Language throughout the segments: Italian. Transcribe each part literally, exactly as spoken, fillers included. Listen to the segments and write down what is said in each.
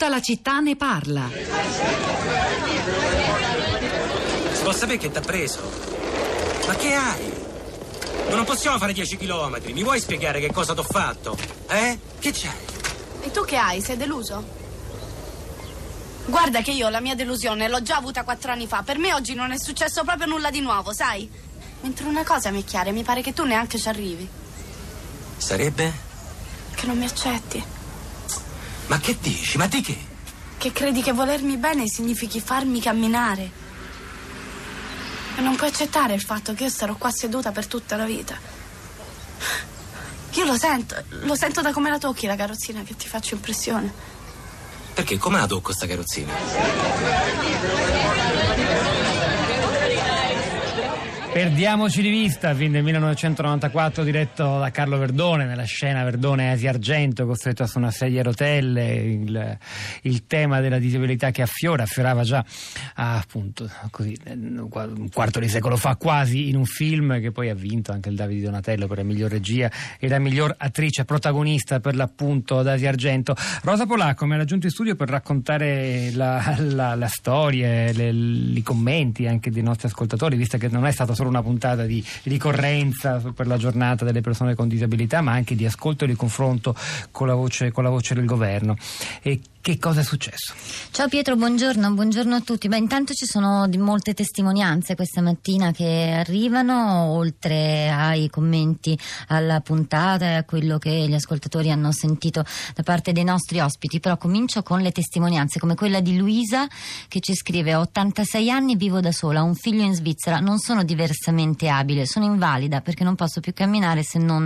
Tutta la città ne parla. Si può sapere che t'ha preso? Ma che hai? Ma non possiamo fare dieci chilometri. Mi vuoi spiegare che cosa t'ho fatto? Eh? Che c'hai? E tu che hai? Sei deluso? Guarda che io la mia delusione l'ho già avuta quattro anni fa. Per me oggi non è successo proprio nulla di nuovo, sai? Mentre una cosa mi è chiara, mi pare che tu neanche ci arrivi. Sarebbe? Che non mi accetti. Ma che dici? Ma di che? Che credi che volermi bene significhi farmi camminare. E non puoi accettare il fatto che io sarò qua seduta per tutta la vita. Io lo sento, lo sento da come la tocchi la carrozzina, che ti faccio impressione. Perché? Come la tocco sta carrozzina? Perdiamoci di vista, film del millenovecentonovantaquattro diretto da Carlo Verdone. Nella scena Verdone è Asia Argento, costretto su una sedia a rotelle. Il, il tema della disabilità che affiora, affiorava già ah, appunto così un quarto di secolo fa quasi, in un film che poi ha vinto anche il David di Donatello per la miglior regia e la miglior attrice protagonista per l'appunto ad Asia Argento. Rosa Polacco mi ha raggiunto in studio per raccontare la, la, la storia, le, i commenti anche dei nostri ascoltatori, visto che non è stato solo una puntata di ricorrenza per la giornata delle persone con disabilità, ma anche di ascolto e di confronto con la voce, con la voce del governo. E che cosa è successo? Ciao Pietro, buongiorno, buongiorno a tutti. Beh, intanto ci sono di molte testimonianze questa mattina che arrivano, oltre ai commenti alla puntata e a quello che gli ascoltatori hanno sentito da parte dei nostri ospiti. Però comincio con le testimonianze, come quella di Luisa, che ci scrive: ho ottantasei anni, vivo da sola, ho un figlio in Svizzera, non sono diversamente abile, sono invalida perché non posso più camminare se non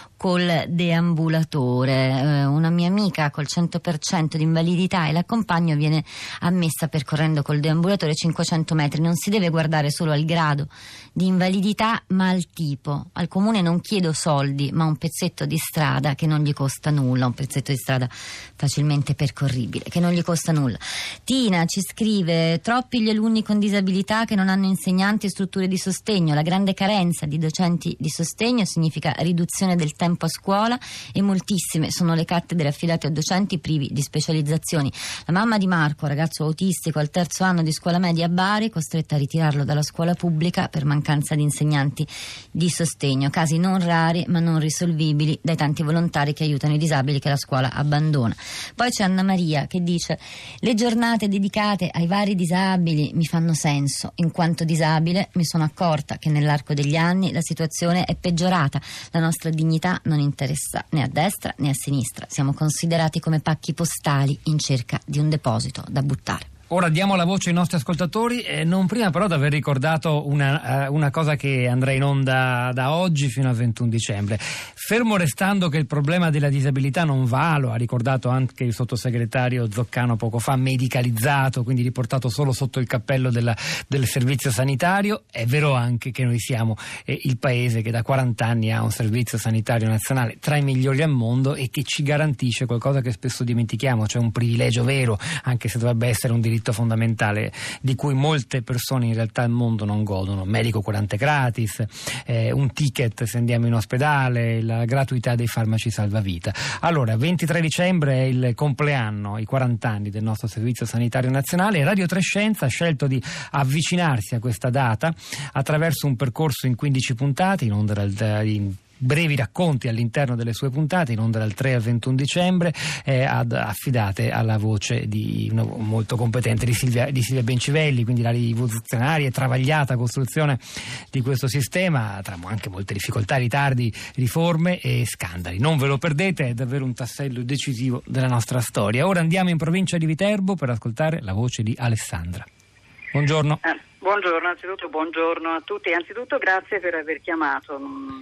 col deambulatore. Eh, una mia amica col cento per cento di invalidità e l'accompagno viene ammessa percorrendo col deambulatore cinquecento metri. Non si deve guardare solo al grado di invalidità ma al tipo. Al comune non chiedo soldi ma un pezzetto di strada che non gli costa nulla, un pezzetto di strada facilmente percorribile che non gli costa nulla. Tina ci scrive: troppi gli alunni con disabilità che non hanno insegnanti e strutture di sostegno, la grande carenza di docenti di sostegno significa riduzione del tempo a scuola e moltissime sono le cattedre affidate a docenti privi di specializzazioni. La mamma di Marco, ragazzo autistico al terzo anno di scuola media a Bari, costretta a ritirarlo dalla scuola pubblica per mancanza di insegnanti di sostegno. Casi non rari ma non risolvibili dai tanti volontari che aiutano i disabili che la scuola abbandona. Poi c'è Anna Maria che dice: le giornate dedicate ai vari disabili mi fanno senso. In quanto disabile mi sono accorta che nell'arco degli anni la situazione è peggiorata, la nostra dignità non interessa né a destra né a sinistra, siamo considerati come pacchi postali in cerca di un deposito da buttare. Ora diamo la voce ai nostri ascoltatori, eh, non prima però di aver ricordato una, uh, una cosa che andrà in onda da oggi fino al ventuno dicembre. Fermo restando che il problema della disabilità non va, lo ha ricordato anche il sottosegretario Zoccano poco fa, medicalizzato, quindi riportato solo sotto il cappello della, del servizio sanitario. È vero anche che noi siamo eh, il paese che da quaranta anni ha un servizio sanitario nazionale tra i migliori al mondo e che ci garantisce qualcosa che spesso dimentichiamo, cioè un privilegio vero, anche se dovrebbe essere un diritto fondamentale di cui molte persone in realtà al mondo non godono. Medico curante gratis, eh, un ticket se andiamo in ospedale, la gratuità dei farmaci salvavita. Allora, ventitré dicembre è il compleanno, i quaranta anni del nostro servizio sanitario nazionale. Radio tre Scienza ha scelto di avvicinarsi a questa data attraverso un percorso in quindici puntate, in onda dal, in brevi racconti all'interno delle sue puntate, in onda dal tre al ventuno dicembre, eh, ad, affidate alla voce di una, molto competente di Silvia, di Silvia Bencivelli, quindi la rivoluzionaria e travagliata costruzione di questo sistema, tra anche molte difficoltà, ritardi, riforme e scandali. Non ve lo perdete, è davvero un tassello decisivo della nostra storia. Ora andiamo in provincia di Viterbo per ascoltare la voce di Alessandra. Buongiorno. Eh, buongiorno, anzitutto buongiorno a tutti. Anzitutto grazie per aver chiamato.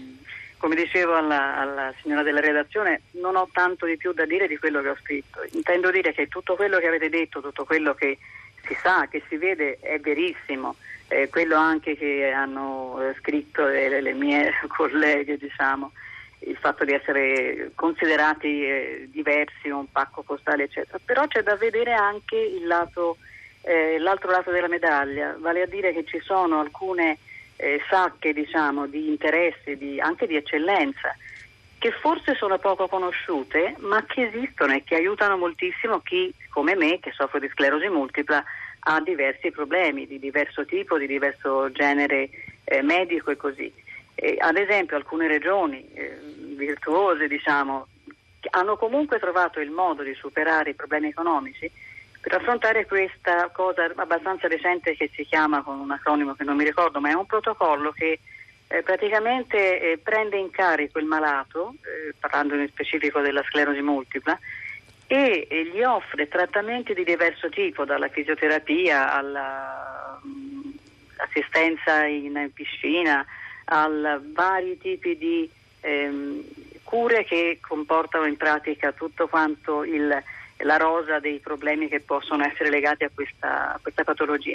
Come dicevo alla, alla signora della redazione, non ho tanto di più da dire di quello che ho scritto. Intendo dire che tutto quello che avete detto, tutto quello che si sa, che si vede, è verissimo. Eh, quello anche che hanno eh, scritto le, le mie colleghe, diciamo, il fatto di essere considerati eh, diversi, un pacco postale, eccetera. Però c'è da vedere anche il lato, eh, l'altro lato della medaglia, vale a dire che ci sono alcune Eh, sacche, diciamo, di interessi, di, anche di eccellenza, che forse sono poco conosciute, ma che esistono e che aiutano moltissimo chi, come me, che soffre di sclerosi multipla, ha diversi problemi di diverso tipo, di diverso genere eh, medico e così. Eh, ad esempio alcune regioni eh, virtuose, diciamo, hanno comunque trovato il modo di superare i problemi economici per affrontare questa cosa abbastanza recente che si chiama, con un acronimo che non mi ricordo, ma è un protocollo che eh, praticamente eh, prende in carico il malato, eh, parlando in specifico della sclerosi multipla, e, e gli offre trattamenti di diverso tipo, dalla fisioterapia all'assistenza in piscina, a vari tipi di ehm, cure che comportano in pratica tutto quanto il, la rosa dei problemi che possono essere legati a questa, a questa patologia.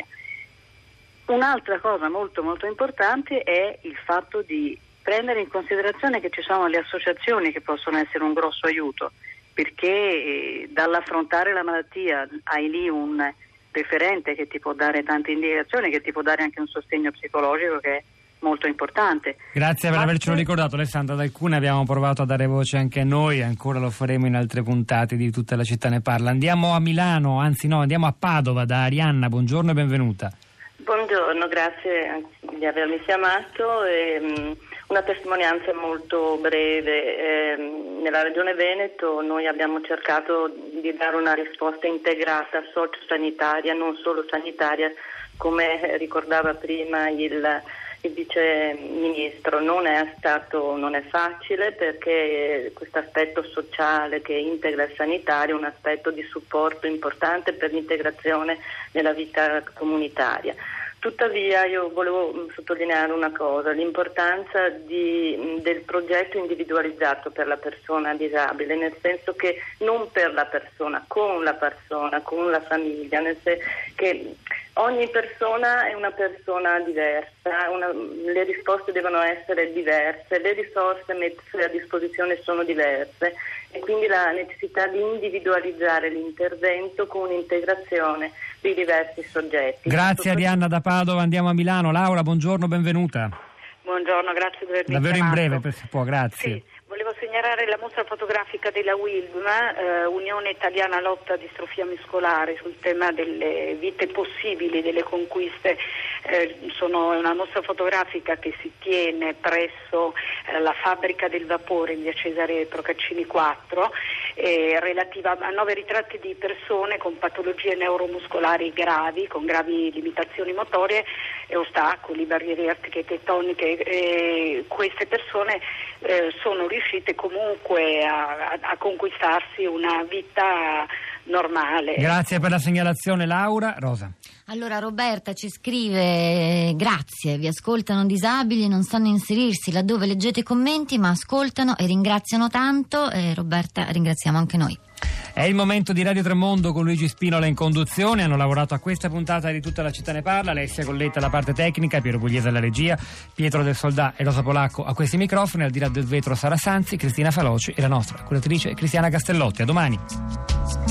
Un'altra cosa molto molto importante è il fatto di prendere in considerazione che ci sono le associazioni che possono essere un grosso aiuto, perché eh, dall'affrontare la malattia hai lì un referente che ti può dare tante indicazioni, che ti può dare anche un sostegno psicologico che è molto importante. Grazie per Ma avercelo se... ricordato, Alessandra. Ad alcune abbiamo provato a dare voce anche a noi, ancora lo faremo in altre puntate di Tutta la città ne parla. Andiamo a Milano, anzi no, andiamo a Padova da Arianna. Buongiorno e benvenuta. Buongiorno, grazie di avermi chiamato. E, um, una testimonianza molto breve. Eh, nella Regione Veneto noi abbiamo cercato di dare una risposta integrata, sociosanitaria, non solo sanitaria, come ricordava prima il il vice ministro. Non è stato, non è facile, perché questo aspetto sociale che integra il sanitario è un aspetto di supporto importante per l'integrazione nella vita comunitaria. Tuttavia io volevo sottolineare una cosa, l'importanza di, del progetto individualizzato per la persona disabile, nel senso che non per la persona, con la persona, con la famiglia, nel senso che ogni persona è una persona diversa, una, le risposte devono essere diverse, le risorse messe a disposizione sono diverse e quindi la necessità di individualizzare l'intervento con un'integrazione di diversi soggetti. Grazie Arianna da Padova, andiamo a Milano. Laura, buongiorno, benvenuta. Buongiorno, grazie per avermi Davvero chiamato. in breve, se può, grazie. Sì. Volevo segnalare la mostra fotografica della U I L M, eh, Unione Italiana Lotta a Distrofia Muscolare, sul tema delle vite possibili, delle conquiste. Eh, sono una mostra fotografica che si tiene presso eh, la fabbrica del vapore in via Cesare Procaccini quattro, eh, relativa a nove ritratti di persone con patologie neuromuscolari gravi, con gravi limitazioni motorie e ostacoli, barriere artiche-tettoniche. Eh, queste persone eh, sono riuscite comunque a, a, a conquistarsi una vita normale. Grazie per la segnalazione, Laura. Rosa. Allora Roberta ci scrive: grazie, vi ascoltano disabili, non sanno inserirsi laddove leggete i commenti, ma ascoltano e ringraziano tanto. E Roberta, ringraziamo anche noi. È il momento di Radio Tremondo con Luigi Spinola in conduzione. Hanno lavorato a questa puntata di Tutta la città ne parla: Alessia Colletta alla parte tecnica, Piero Pugliese alla regia, Pietro del Soldà e Rosa Polacco a questi microfoni. Al di là del vetro Sara Sanzi, Cristina Faloci e la nostra curatrice Cristiana Castellotti. A domani.